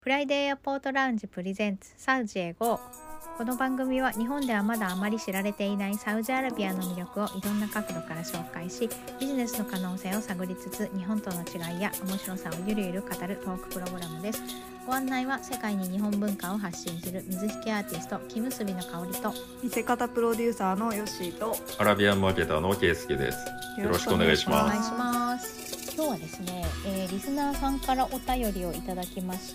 フライデーエアポートラウンジプレゼンツサウジへ GO。 この番組は日本ではまだあまり知られていないサウジアラビアの魅力をいろんな角度から紹介し、ビジネスの可能性を探りつつ日本との違いや面白さをゆるゆる語るトークプログラムです。ご案内は世界に日本文化を発信する水引アーティスト木結びの香りと見せ方プロデューサーのヨッシーとアラビアンマーケターのケイスケです。よろしくお願いします。 お願いします。今日はですね、リスナーさんからお便りをいただきまして、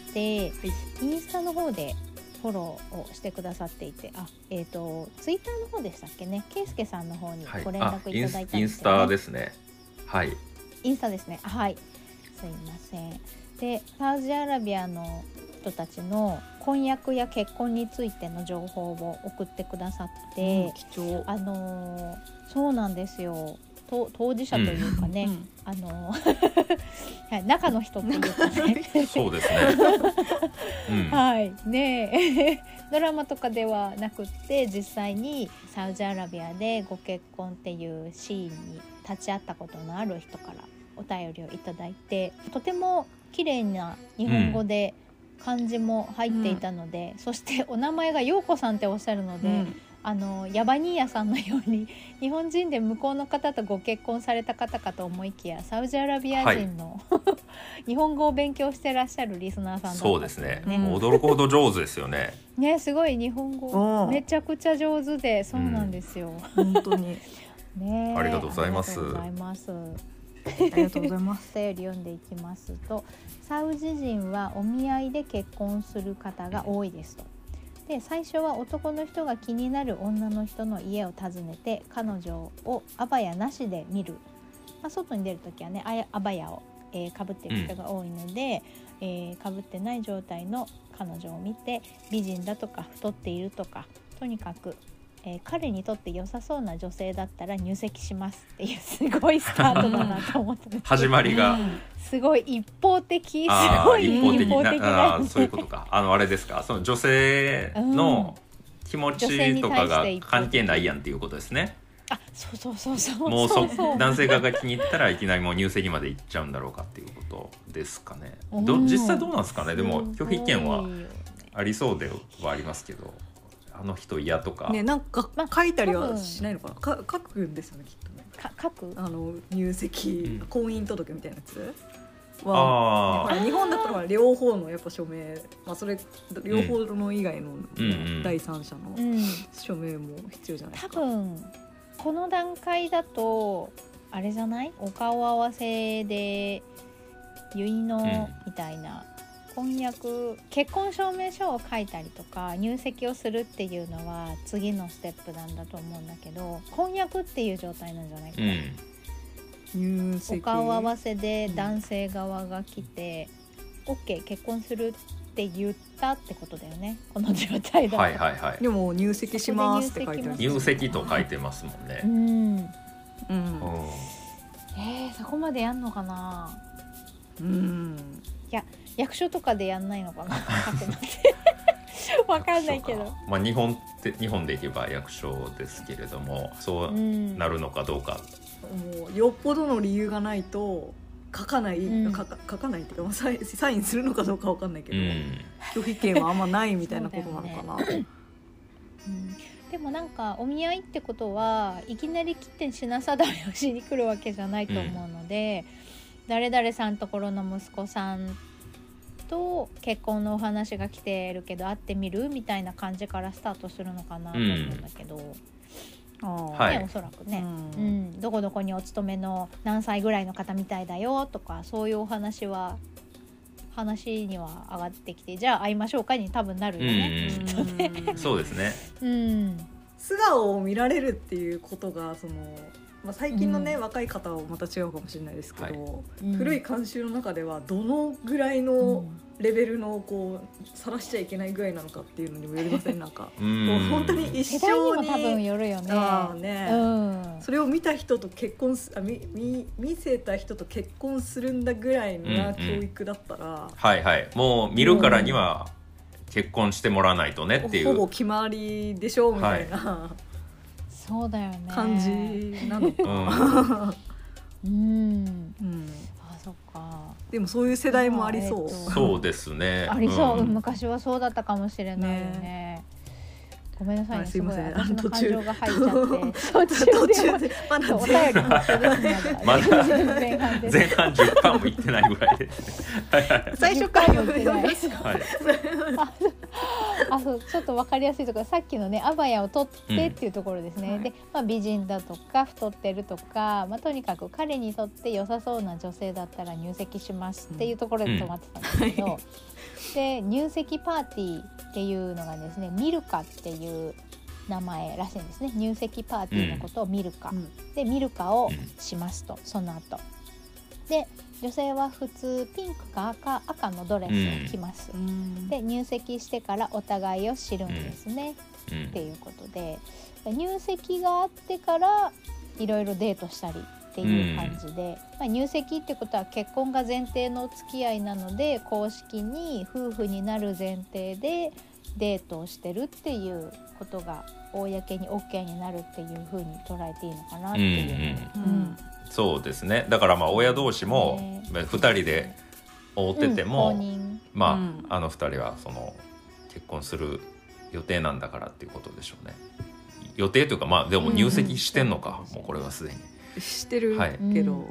インスタの方でフォローをしてくださっていて、ツイッターの方でしたっけね、ケイスケさんの方にご連絡いただいたんですよね。 インスタですね。はい。 インスタですね。はい。すいません。で、サウジアラビアの人たちの婚約や結婚についての情報を送ってくださって、 貴重。 そうなんですよ。当事者というかね、中の人っていうかねそうですね、 はいねドラマとかではなくって実際にサウジアラビアでご結婚っていうシーンに立ち会ったことのある人からお便りをいただいて、とても綺麗な日本語で漢字も入っていたので、そしてお名前が陽子さんっておっしゃるので、ヤバニーヤさんのように日本人で向こうの方とご結婚された方かと思いきやサウジアラビア人の、日本語を勉強してらっしゃるリスナーさんだったんですね。 そうですね、驚くほど上手ですよね。 ね、すごい日本語めちゃくちゃ上手で、そうなんですよ、 本当にね、 ありがとうございます。 ありがとうございます。 ありがとうございます。 お便り読んでいきますと、サウジ人はお見合いで結婚する方が多いですと。で、最初は男の人が気になる女の人の家を訪ねて彼女をアバヤなしで見る、外に出るときはねアバヤをかぶっている人が多いので、かぶってない状態の彼女を見て美人だとか太っているとか、とにかく彼にとって良さそうな女性だったら入籍しますっていう、すごいスタートだなと思ってです始まりがすごい一方的、すごい一方的な、 そういうことか。あれですか、その女性の気持ちとかが関係ないやんっていうことですね。 そうもう男性側が気に入ったらいきなりもう入籍まで行っちゃうんだろうかっていうことですかね。実際どうなんですかね。でも拒否権はありそうではありますけど、あの人嫌とか、 ね、なんか書いたりはしないのかな。書くんですよね、きっとね。 書く入籍、婚姻届みたいなやつは、日本だったら両方のやっぱ署名、それ両方の以外の、第三者の署名も必要じゃないですか。 多分この段階だとあれじゃない、お顔合わせで結納みたいな、婚約結婚証明書を書いたりとか入籍をするっていうのは次のステップなんだと思うんだけど、婚約っていう状態なんじゃないかな、 入籍、 お顔合わせで男性側が来て、OK 結婚するって言ったってことだよね、この状態だと。 でも入籍しますって書いてます。 入籍と書いてますもんね。 そこまでやんのかな。いや、役所とかでやんないのかなわかんないけど、 日本でいけば役所ですけれども、そうなるのかどうか、 もうよっぽどの理由がないと書かない、書かないっていうか、サインするのかどうかわかんないけど、拒否権はあんまないみたいなことなのかな。 でもなんかお見合いってことはいきなり来て品定めをしに来るわけじゃないと思うので、誰々さんところの息子さんと結婚のお話が来てるけど会ってみるみたいな感じからスタートするのかなと思うんだけど、おそらくね、どこどこにお勤めの何歳ぐらいの方みたいだよとか、そういうお話には上がってきて、じゃあ会いましょうかに多分なるよね、きっとね。 そうですね。 素顔を見られるっていうことが最近のね、若い方はまた違うかもしれないですけど、古い慣習の中ではどのぐらいのレベルの晒しちゃいけないぐらいなのかっていうのにもよりません？なんか本当に一生に世代にも多分よるよね。 それを見た人と結婚見せた人と結婚するんだぐらいな教育だったら、 もう見るからには結婚してもらわないとねっていう、 ほぼ決まりでしょみたいな、 そうだよね、 感じなのか。 そっか。 でもそういう世代もありそう、 そうですね、 ありそう、昔はそうだったかもしれないよね。ごめんなさいね、 すいません、 私の感情が入っちゃって途中でまだお便りもしてるまだ前半です。 前半10%もいってないぐらいですね最初から言ってないです。 はい、 そうちょっと分かりやすいところ、さっきのねアバヤを取ってっていうところですね、 はい、 で、美人だとか太ってるとか、とにかく彼にとって良さそうな女性だったら入籍しますっていうところで止まってたんですけど、で入籍パーティーっていうのがですね、ミルカっていう名前らしいんですね。入籍パーティーのことをミルカ、でミルカをしますと、その後で女性は普通ピンクか赤のドレスを着ます、で入籍してからお互いを知るんですね、っていうことで、入籍があってからいろいろデートしたりっていう感じで、入籍ってことは結婚が前提の付き合いなので、公式に夫婦になる前提でデートをしてるっていうことが公に OK になるっていう風に捉えていいのかなっていう、 そうですね。だから親同士も2人で会ってても、あの2人はその結婚する予定なんだからっていうことでしょうね。予定というかでも入籍してんのか、もうこれはすでにしてるけど、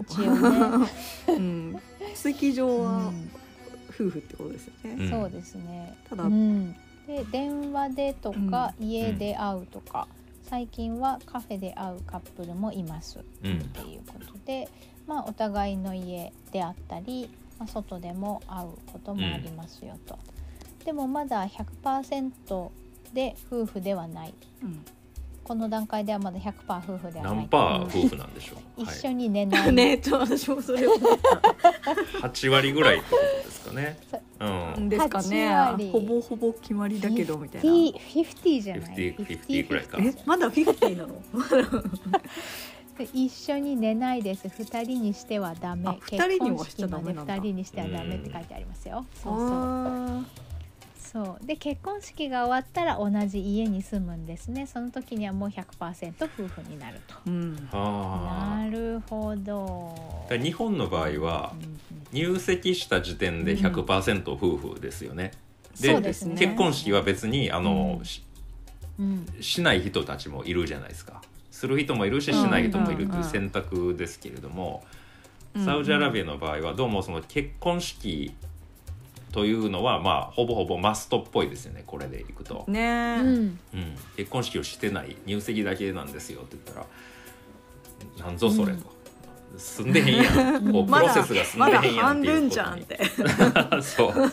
籍上は夫婦ってことですよね。 そうですね。 ただ、 で電話でとか、家で会うとか、最近はカフェで会うカップルもいますっていうことで、お互いの家であったり、外でも会うこともありますよと。でもまだ 100% で夫婦ではない、この段階ではまだ 100% 夫婦ではない。 何パー夫婦なんでしょう。 一緒に寝ない、 私もそれを 8割ぐらいってことですかね。 ですかね。ほぼほぼ決まりだけどみたいな。 50じゃない。 50ぐらいか。 まだ50なの？ 一緒に寝ないです。2人にしてはダメ。 2人にはしちゃダメなんだ。 2人にしてはダメって書いてありますよ。そうで結婚式が終わったら同じ家に住むんですね。その時にはもう 100% 夫婦になると、なるほど。 日本の場合は入籍した時点で 100% 夫婦ですよね。で結婚式は別にしない人たちもいるじゃないですか。する人もいるし、しない人もいるという選択ですけれども、サウジアラビアの場合はどうもその結婚式というのはほぼほぼマストっぽいですよね。これでいくとね、結婚式をしてない入籍だけなんですよって言ったら、なんぞそれと、進んでへんやん、こうプロセスが進んでへんやんっていうことにそう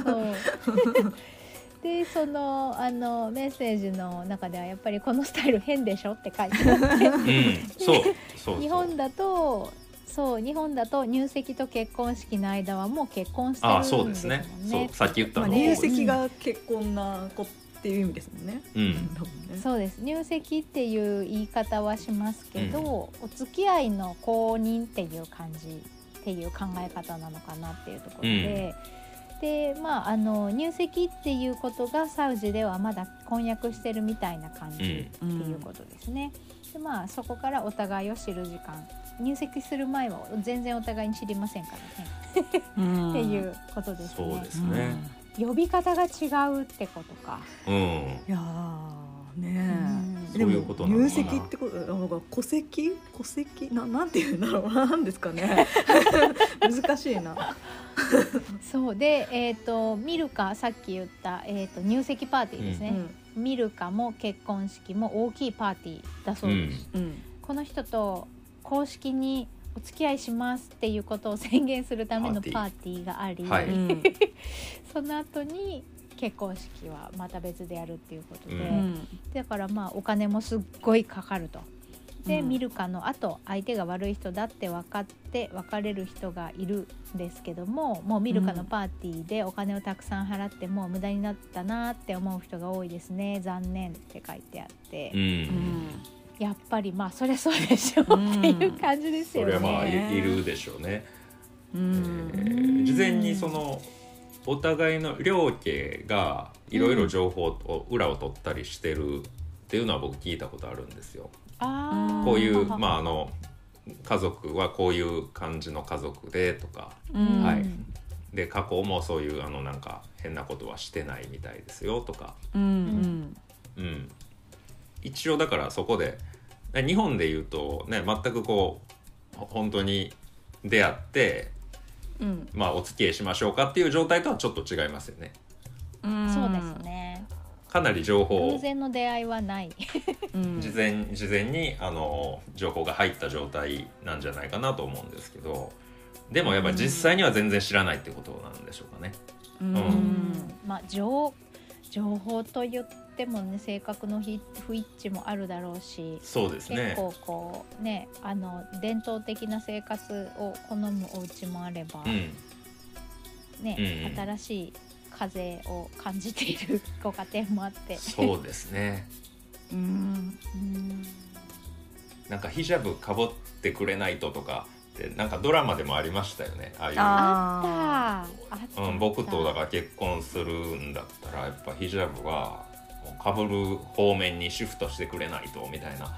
でそのメッセージの中ではやっぱりこのスタイル変でしょって書いてあって日本だと入籍と結婚式の間はもう結婚してるんですもんね。 そうですね。さっき言ったの、 入籍が結婚な子っていう意味ですもんね。 そうです。入籍っていう言い方はしますけど、お付き合いの公認っていう感じっていう考え方なのかなっていうところで、で入籍っていうことがサウジではまだ婚約してるみたいな感じっていうことですね。でそこからお互いを知る時間、入籍する前は全然お互いに知りませんからねっていうことですね。 そうですね。 呼び方が違うってことか。 いやねえ、でも入籍ってこと戸籍なんていうんだろう、なんですかね難しいなそうで、ミルカ、さっき言った、入籍パーティーですね、ミルカも結婚式も大きいパーティーだそうです、この人と公式にお付き合いしますっていうことを宣言するためのパーティーがあり、その後に結婚式はまた別でやるっていうことで、だからお金もすっごいかかると。でミルカの後相手が悪い人だって分かって別れる人がいるんですけども、もうミルカのパーティーでお金をたくさん払ってもう無駄になったなって思う人が多いですね、残念って書いてあって、やっぱりそりゃそうでしょっていう感じですよね。 それはいるでしょうね。事前にそのお互いの両家がいろいろ情報を裏を取ったりしてるっていうのは僕聞いたことあるんですよ。こういう家族はこういう感じの家族でとか、 うんはい、で過去もそういうなんか変なことはしてないみたいですよとか、 うん一応だからそこで日本で言うとね、全くこう本当に出会ってまあお付き合いしましょうかっていう状態とはちょっと違いますよね。 そうですね。 かなり情報偶然の出会いはない事前に情報が入った状態なんじゃないかなと思うんですけど、でもやっぱり実際には全然知らないってことなんでしょうかね。 まあ情報と言ってもね、性格の不一致もあるだろうし、 そうですね。 結構こうね、伝統的な生活を好むお家もあれば、ね、新しい風を感じているご家庭もあって、 そうですね。なんかヒジャブかぶってくれないととかってなんかドラマでもありましたよね。 あった、 僕とだから結婚するんだったらやっぱヒジャブはかぶる方面にシフトしてくれないとみたいな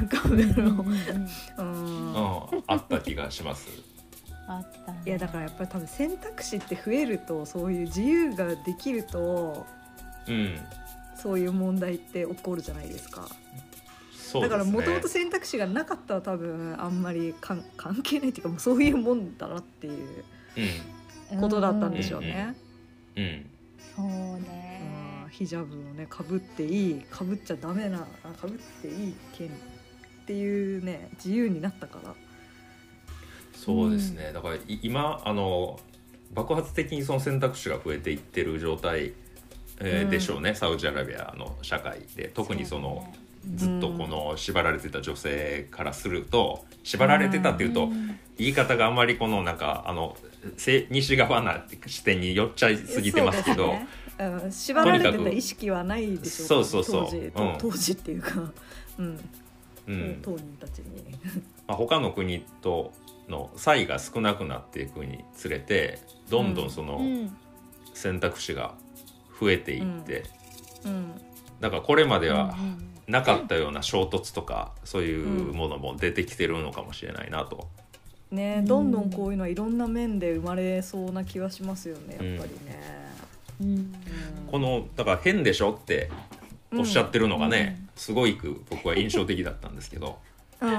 あった気がします。 あったね。 いやだからやっぱり多分選択肢って増えると、そういう自由ができると、そういう問題って起こるじゃないですか。 そうですね、 だからもともと選択肢がなかったら多分あんまり関係ないっていうか、もうそういうもんだなっていうことだったんでしょうね。 そうね。 ヒジャブをねかぶっていい、かぶっちゃダメな、かぶっていい権っていうね、自由になったから。 そうですね。だから今爆発的にその選択肢が増えていってる状態、でしょうね、サウジアラビアの社会で。特にそのずっとこの縛られてた女性からすると、縛られてたっていうと言い方があんまりこのなんか西側な視点に寄っちゃいすぎてますけど、 縛られてた意識はないでしょう、当時っていうか、当人たちに他の国との差異が少なくなっていくにつれて、どんどんその選択肢が増えていって、だからこれまではなかったような衝突とかそういうものも出てきてるのかもしれないなと、 どんどんこういうのはいろんな面で生まれそうな気はしますよね、やっぱりね。 このだから変でしょっておっしゃってるのがね、すごい僕は印象的だったんですけど、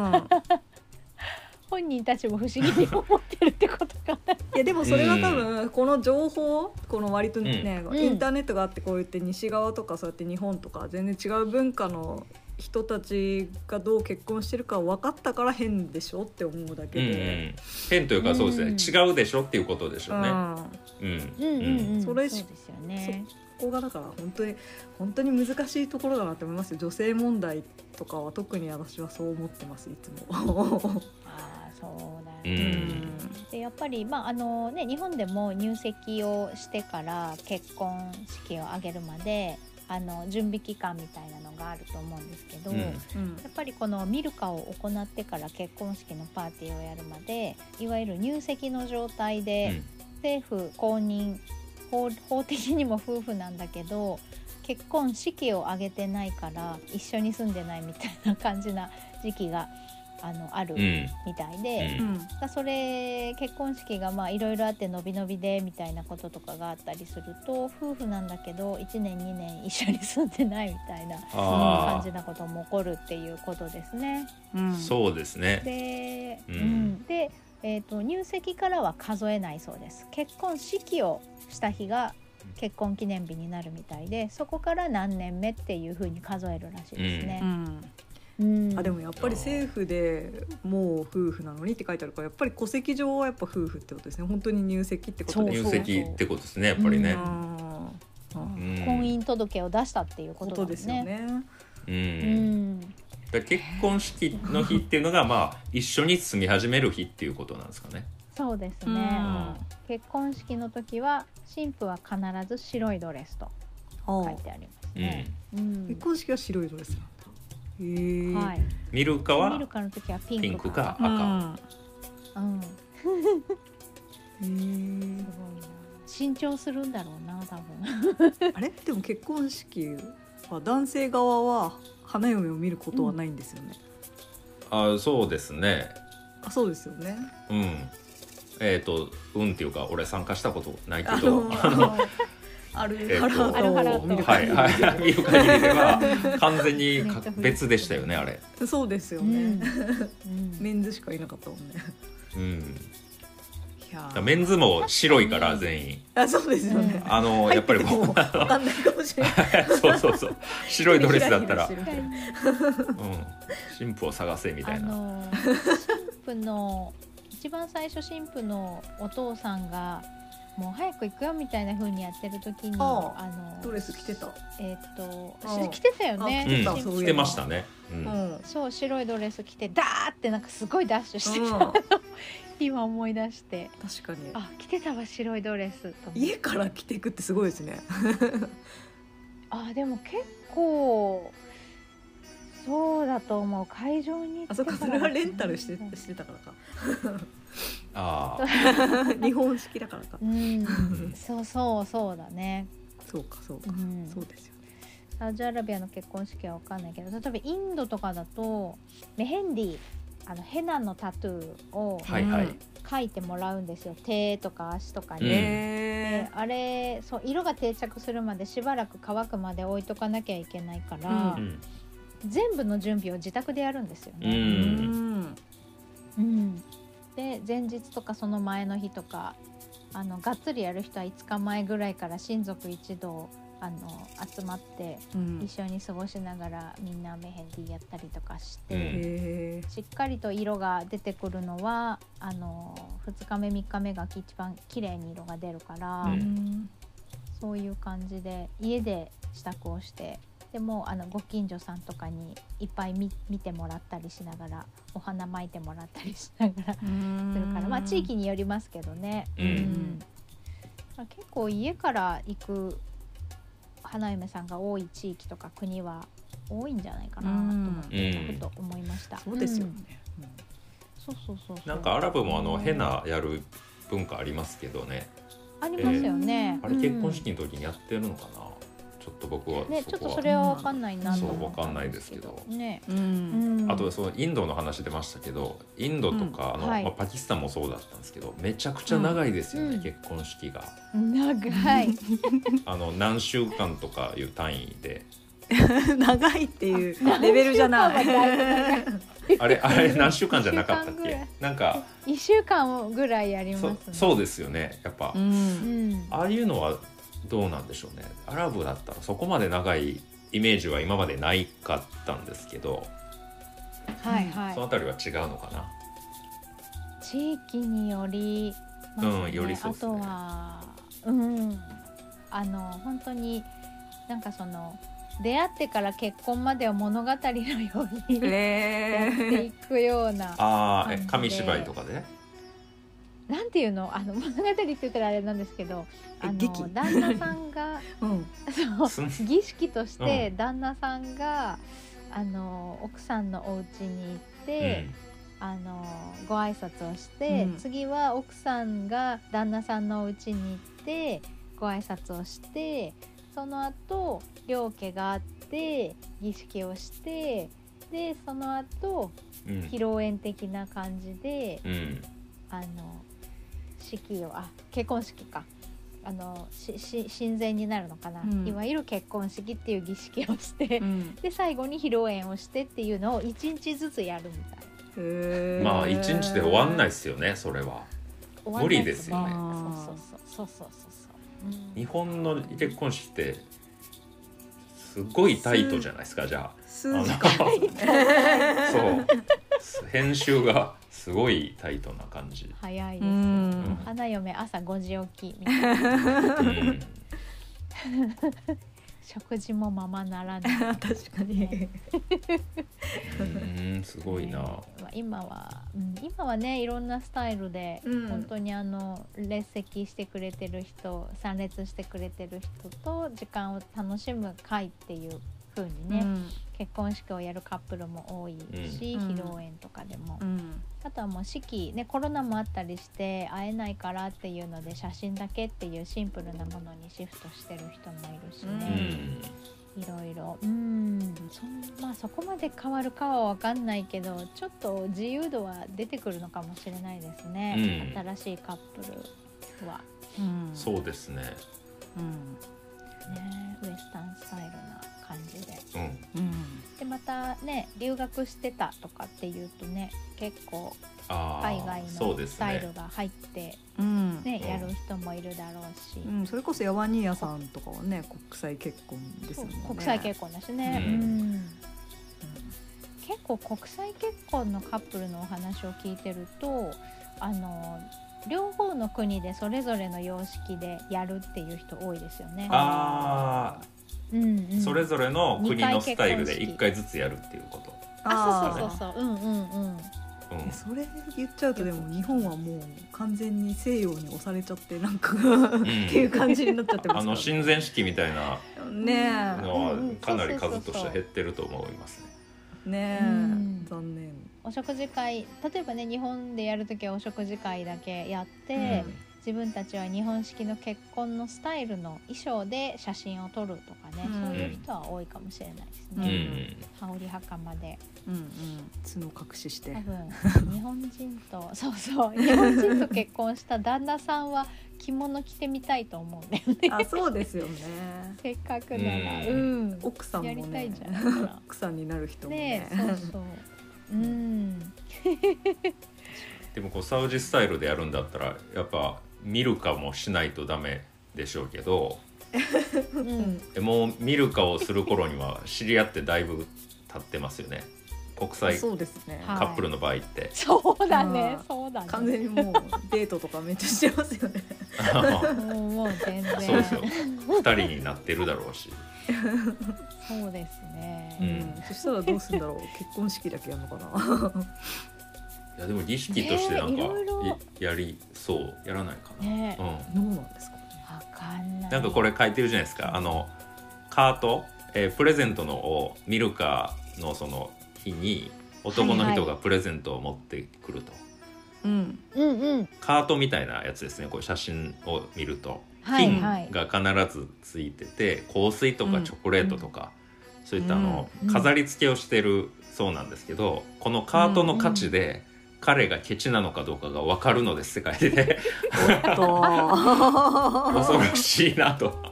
本人たちも不思議に思ってるってことかな。 いやでもそれは多分この情報、この割とね、インターネットがあって、こうやって西側とかそうやって日本とか全然違う文化の人たちがどう結婚してるか分かったから変でしょって思うだけで、 変というかそうですね、違うでしょっていうことでしょうね。 それそうですよね。 そこがだから本当に難しいところだなって思いますよ。女性問題とかは特に私はそう思ってます、いつも。 そうだよね。でやっぱり日本でも入籍をしてから結婚式を挙げるまで準備期間みたいなのがあると思うんですけど、やっぱりこのミルカを行ってから結婚式のパーティーをやるまで、いわゆる入籍の状態で、政府公認法的にも夫婦なんだけど結婚式を挙げてないから一緒に住んでないみたいな感じな時期があるみたいで、それ結婚式がいろいろあって伸び伸びでみたいなこととかがあったりすると、夫婦なんだけど1年2年一緒に住んでないみたいな感じなことも起こるっていうことですね。 そうですね。 で、入籍からは数えないそうです。結婚式をした日が結婚記念日になるみたいで、そこから何年目っていう風に数えるらしいですね。 でもやっぱり政府でもう夫婦なのにって書いてあるから、やっぱり戸籍上はやっぱ夫婦ってことですね。本当に入籍ってことですね。 入籍ってことですね、やっぱりね。 婚姻届を出したっていうことですね。 結婚式の日っていうのが一緒に住み始める日っていうことなんですかね。 そうですね。結婚式の時は新婦は必ず白いドレスと書いてありますね。 結婚式は白いドレスなんだ。 ミルカはミルカの時はピンクか赤。 すごいな。新調するんだろうな、多分。 あれでも結婚式は男性側は花嫁を見ることはないんですよね。 そうですね。 あ、そうですよね。 うんっていうか俺参加したことないけど、 アルハラを見るはいはい見る限りでは完全に別でしたよねあれ。 そうですよね。メンズしかいなかったもんね。いやメンズも白いから全員。 あ、そうですよね。 やっぱりもう分かんないかもしれない。 そう白いドレスだったら、新婦を探せみたいな。 新婦の一番最初新婦のお父さんがもう早く行くよみたいな風にやってる時にドレス着てた。 着てたよね。 着てましたね。 そう白いドレス着てダーってなんかすごいダッシュしてた。今思い出して。 確かに。 あ、着てたわ白いドレス。 家から着ていくってすごいですね。 あ、でも結構そうだと思う。会場に行ってあ、そっか、それはレンタルしてたからか。 あ日本式だからか。 そうだね。 そうか、そうですよね。 サウジアラビアの結婚式は分かんないけど、例えばインドとかだとメヘンディヘナのタトゥーを描いてもらうんですよ。手とか足とかに。であれそう色が定着するまでしばらく乾くまで置いとかなきゃいけないから、全部の準備を自宅でやるんですよね。で前日とかその前の日とかがっつりやる人は5日前ぐらいから親族一同集まって一緒に過ごしながらみんなメヘンディやったりとかして、しっかりと色が出てくるのは2日目3日目が一番綺麗に色が出るから、そういう感じで家で支度をして、でもご近所さんとかにいっぱい見てもらったりしながらお花巻いてもらったりしながらするから、まあ地域によりますけどね、結構家から行く花嫁さんが多い地域とか国は多いんじゃないかなと思ってふと思いました。 そうですよね。 そうなんかアラブもヘナやる文化ありますけどね。 ありますよね。 あれ結婚式の時にやってるのかな。ちょっと僕はね、ちょっとそれは分かんないなとそう分かんないですけどね。 あとそのインドの話出ましたけど、インドとかパキスタンもそうだったんですけど、めちゃくちゃ長いですよね、結婚式が。 長い。 何週間とかいう単位で。 長いっていうレベルじゃない。 あれ何週間じゃなかったっけ？なんか 1週間ぐらいやりますね。 そうですよね。やっぱああいうのはどうなんでしょうね。アラブだったらそこまで長いイメージは今までないかったんですけど、そのあたりは違うのかな。 地域によりますね。 よりそうですね。 あとは本当になんかその出会ってから結婚までを物語のようにやっていくような紙芝居とかでなんていうの物語って言ったらあれなんですけど旦那さんが、そう儀式として旦那さんが奥さんのお家に行って、ご挨拶をして、次は奥さんが旦那さんのお家に行ってご挨拶をして、その後両家があって儀式をして、でその後、披露宴的な感じで、式を結婚式か親善になるのかな、いわゆる結婚式っていう儀式をして、で最後に披露宴をしてっていうのを1日ずつやるみたいな。 まあ1日で終わんないですよね。それは無理ですよね。 そう日本の結婚式ってすごいタイトじゃないですか。じゃあそう編集がすごいタイトな感じ。 早いですね。花嫁朝5時起きみたいな。食事もままならない。 確かに。 すごいな。 今はねいろんなスタイルで、本当に列席してくれてる人、参列してくれてる人と時間を楽しむ会っていう風にね、結婚式をやるカップルも多いし、披露宴とかでも、あとはもう式ね、コロナもあったりして会えないからっていうので写真だけっていうシンプルなものにシフトしてる人もいるしね。 いろいろまあそこまで変わるかは分かんないけど、ちょっと自由度は出てくるのかもしれないですね、新しいカップルは、 そうですね、 ね、ウエスタンスタイルな感じで、でまたね留学してたとかっていうとね、結構海外のスタイルが入ってやる人もいるだろうし、 それこそヤワニーヤさんとかはね国際結婚ですもんね。 国際結婚だしね、結構国際結婚のカップルのお話を聞いてると両方の国でそれぞれの様式でやるっていう人多いですよね。 それぞれの国のスタイルで1回ずつやるっていうこと。 それ言っちゃうとでも日本はもう完全に西洋に押されちゃってなんかっていう感じになっちゃってますから、ね、 親善式みたいなのはかなり数として減ってると思いますね。 残念。 お食事会、例えばね日本でやるときはお食事会だけやって、自分たちは日本式の結婚のスタイルの衣装で写真を撮るとかね、そういう人は多いかもしれないですね、羽織袴で、 角隠しして多分日本人と日本人と結婚した旦那さんは着物着てみたいと思うんだよね。 そうですよね。 せっかくなら、 奥さんもねやりたいんじゃないかな。 奥さんになる人もね。 でもサウジスタイルでやるんだったらやっぱ見るかもしないとダメでしょうけど、もう見るかをする頃には知り合ってだいぶ経ってますよね、国際カップルの場合って。 そうだね、 完全にもうデートとかめっちゃしてますよね。 もう全然そうですよ、2人になってるだろうし。 そうですね、 そしたらどうするんだろう、結婚式だけやるのかな。 いやでも儀式としてなんかやりそうやらないかな、 どうなんですかね。 分かんない。 なんかこれ書いてるじゃないですか、カート、プレゼントのを見るかのその日に男の人がプレゼントを持ってくると、カートみたいなやつですね。これ写真を見ると金が必ずついてて、香水とかチョコレートとか、そういった飾り付けをしてるそうなんですけど、このカートの価値で彼がケチなのかどうかが分かるのです、世界で。恐ろしいなと。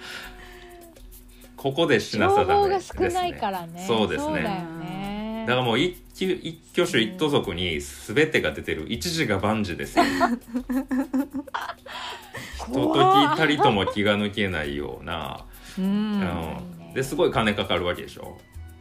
ここでしなさダメですね。 情報が少ないからね。 そうですね。だからもう一挙手一投足に全てが出てる、一時が万事ですよ。人と聞いたりとも気が抜けないような、ですごい金かかるわけでしょ。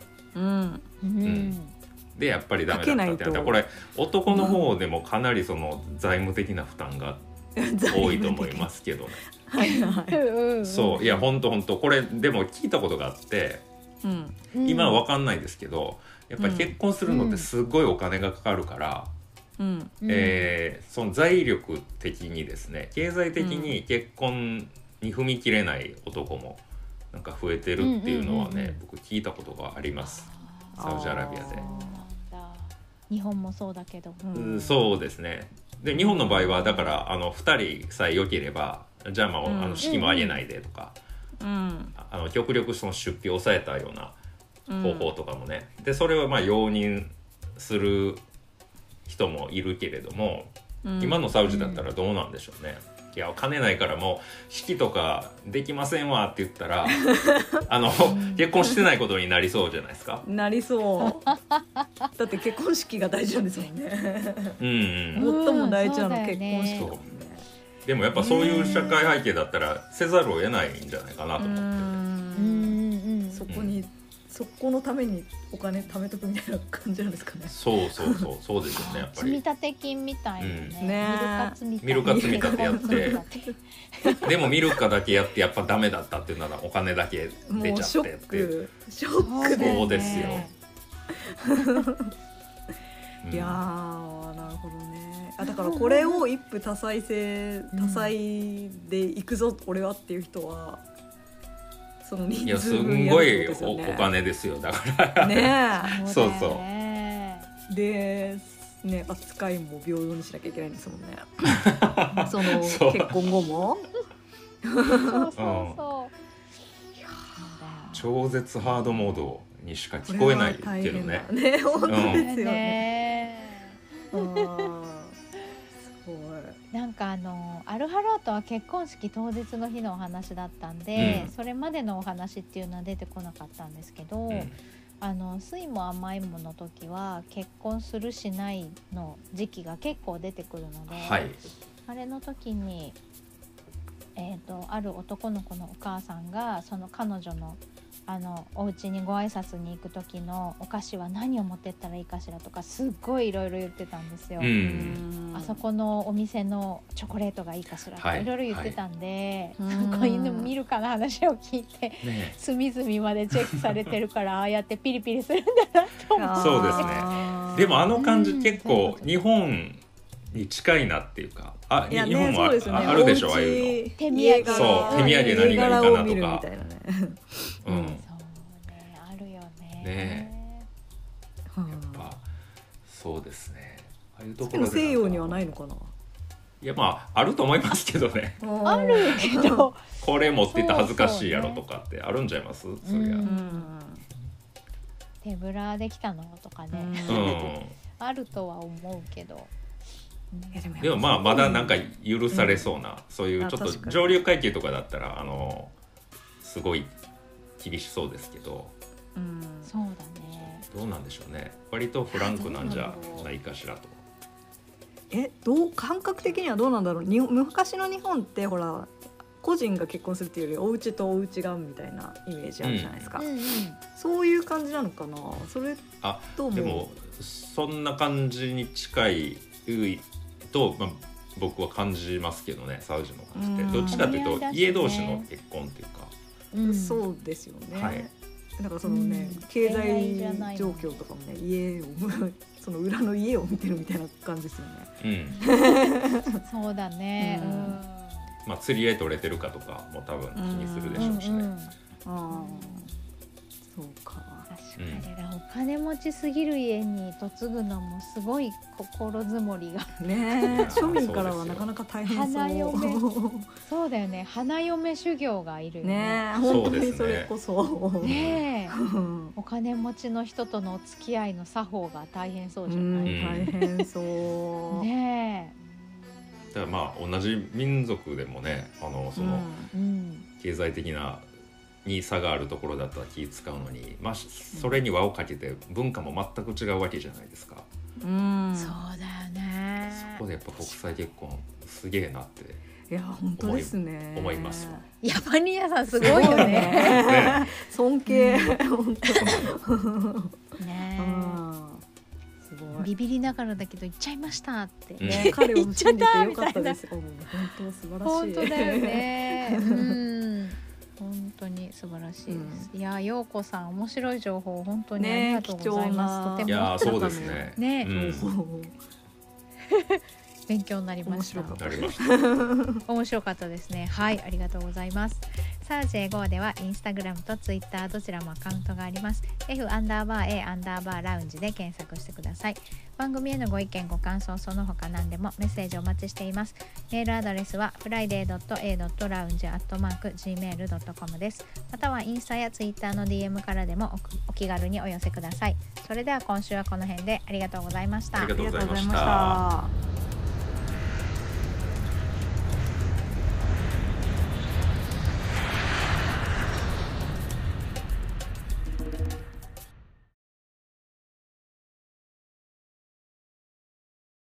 でやっぱりダメだったってなったら、これ男の方でもかなりその財務的な負担が多いと思いますけどね。そういや本当これでも聞いたことがあって、今は分かんないですけど、やっぱり結婚するのってすごいお金がかかるから、その財力的にですね、経済的に結婚に踏み切れない男もなんか増えてるっていうのはね、僕聞いたことがあります、サウジアラビアで。 日本もそうだけど、 そうですね。で日本の場合はだから2人さえ良ければ、じゃあ、式も挙げないでとか、極力その出費を抑えたような方法とかもね、でそれを容認する人もいるけれども、今のサウジだったらどうなんでしょうね。いや金ないからもう式とかできませんわって言ったら結婚してないことになりそうじゃないですか。 なりそうだって結婚式が大事なんですもんね。最も大事なの結婚式だもんね。 でもやっぱそういう社会背景だったらせざるを得ないんじゃないかなと思って、 そこのためにお金貯めとくみたいな感じなんですかね。 そうですよね。やっぱり積立金みたいなね、ミルカ積み立てやってでもミルカだけやってやっぱダメだったっていうならお金だけ出ちゃってって、 ショックそうですよ。 いやー、なるほどね。だからこれを一夫多妻で行くぞ俺はっていう人はその人数分やるってことですよね。 すんごいお金ですよ、だからね。 そうそうでね、扱いも平等にしなきゃいけないんですもんね。その結婚後もそう超絶ハードモードにしか聞こえないけどね。 ね、本当ですよね。 ねすごい。 なんかアルハロートは結婚式当日の日のお話だったんで、それまでのお話っていうのは出てこなかったんですけど、酸いも甘いもの時は結婚するしないの時期が結構出てくるので、あれの時に、ある男の子のお母さんがその彼女のお家にご挨拶に行く時のお菓子は何を持ってったらいいかしらとかすっごいいろいろ言ってたんですよ。あそこのお店のチョコレートがいいかしらとかいろいろ言ってたんで、なんか犬見るかな話を聞いて、隅々までチェックされてるからああやってピリピリするんだなと思って。 そうですね。でも感じ結構日本に近いなっていうか、日本もあるでしょ、ああいうの。 手土産、 そう手土産何がいいかなとか。 そうね、 あるよね。 ね、やっぱそうですね。ああいうところで西洋にはないのかな。 いやあると思いますけどね。 あるけどこれ持ってた恥ずかしいやろとかってあるんちゃいます？そりゃ。 手ぶらできたのとかね。あるとは思うけど。 でもまだなんか許されそうな、そういうちょっと上流階級とかだったらすごい厳しそうですけど、 そうだね。 どうなんでしょうね。割とフランクなんじゃないかしらと。 感覚的にはどうなんだろう。昔の日本ってほら個人が結婚するっていうよりお家とお家がみたいなイメージあるじゃないですか。そういう感じなのかな。それともでもそんな感じに近いと、僕は感じますけどね。サウジの感じってどっちかというと家同士の結婚っていうか、 そうですよね。だからそのね、経済状況とかもね、家をその裏の家を見てるみたいな感じですよね。 そうだね。 釣り合い取れてるかとかも多分気にするでしょうしね。 そうか。 確かに、お金持ちすぎる家に嫁ぐのもすごい心づもりがね。庶民からはなかなか大変そう。 花嫁そうだよね。花嫁修行がいるよね。本当にそれこそ。 ね。お金持ちの人とのお付き合いの作法が大変そうじゃない。 大変そう。 ね。 だから同じ民族でもね、その経済的なに差があるところだったら気使うのに、それに輪をかけて文化も全く違うわけじゃないですか。 そうだよね。 そこでやっぱ国際結婚すげえなっていや本当ですね。 思いますわ。 ヤパニアさんすごいよね。 尊敬。 本当ね。ビビりながらだけど行っちゃいましたってね。 彼を信じてよかったです。本当素晴らしい。 本当だよね。本当に素晴らしいです。いや陽子さん面白い情報本当にありがとうございます。とてもそうですね。 勉強になりました。面白かったですね。はい、ありがとうございます。サウジエゴではインスタグラムとツイッターどちらもアカウントがあります。F_A_ ラウンジで検索してください。番組へのご意見ご感想その他何でもメッセージお待ちしています。メールアドレスは friday.a.lounge@gmail.com です。またはインスタやツイッターの DM からでもお気軽にお寄せください。それでは今週はこの辺でありがとうございました。 ありがとうございました。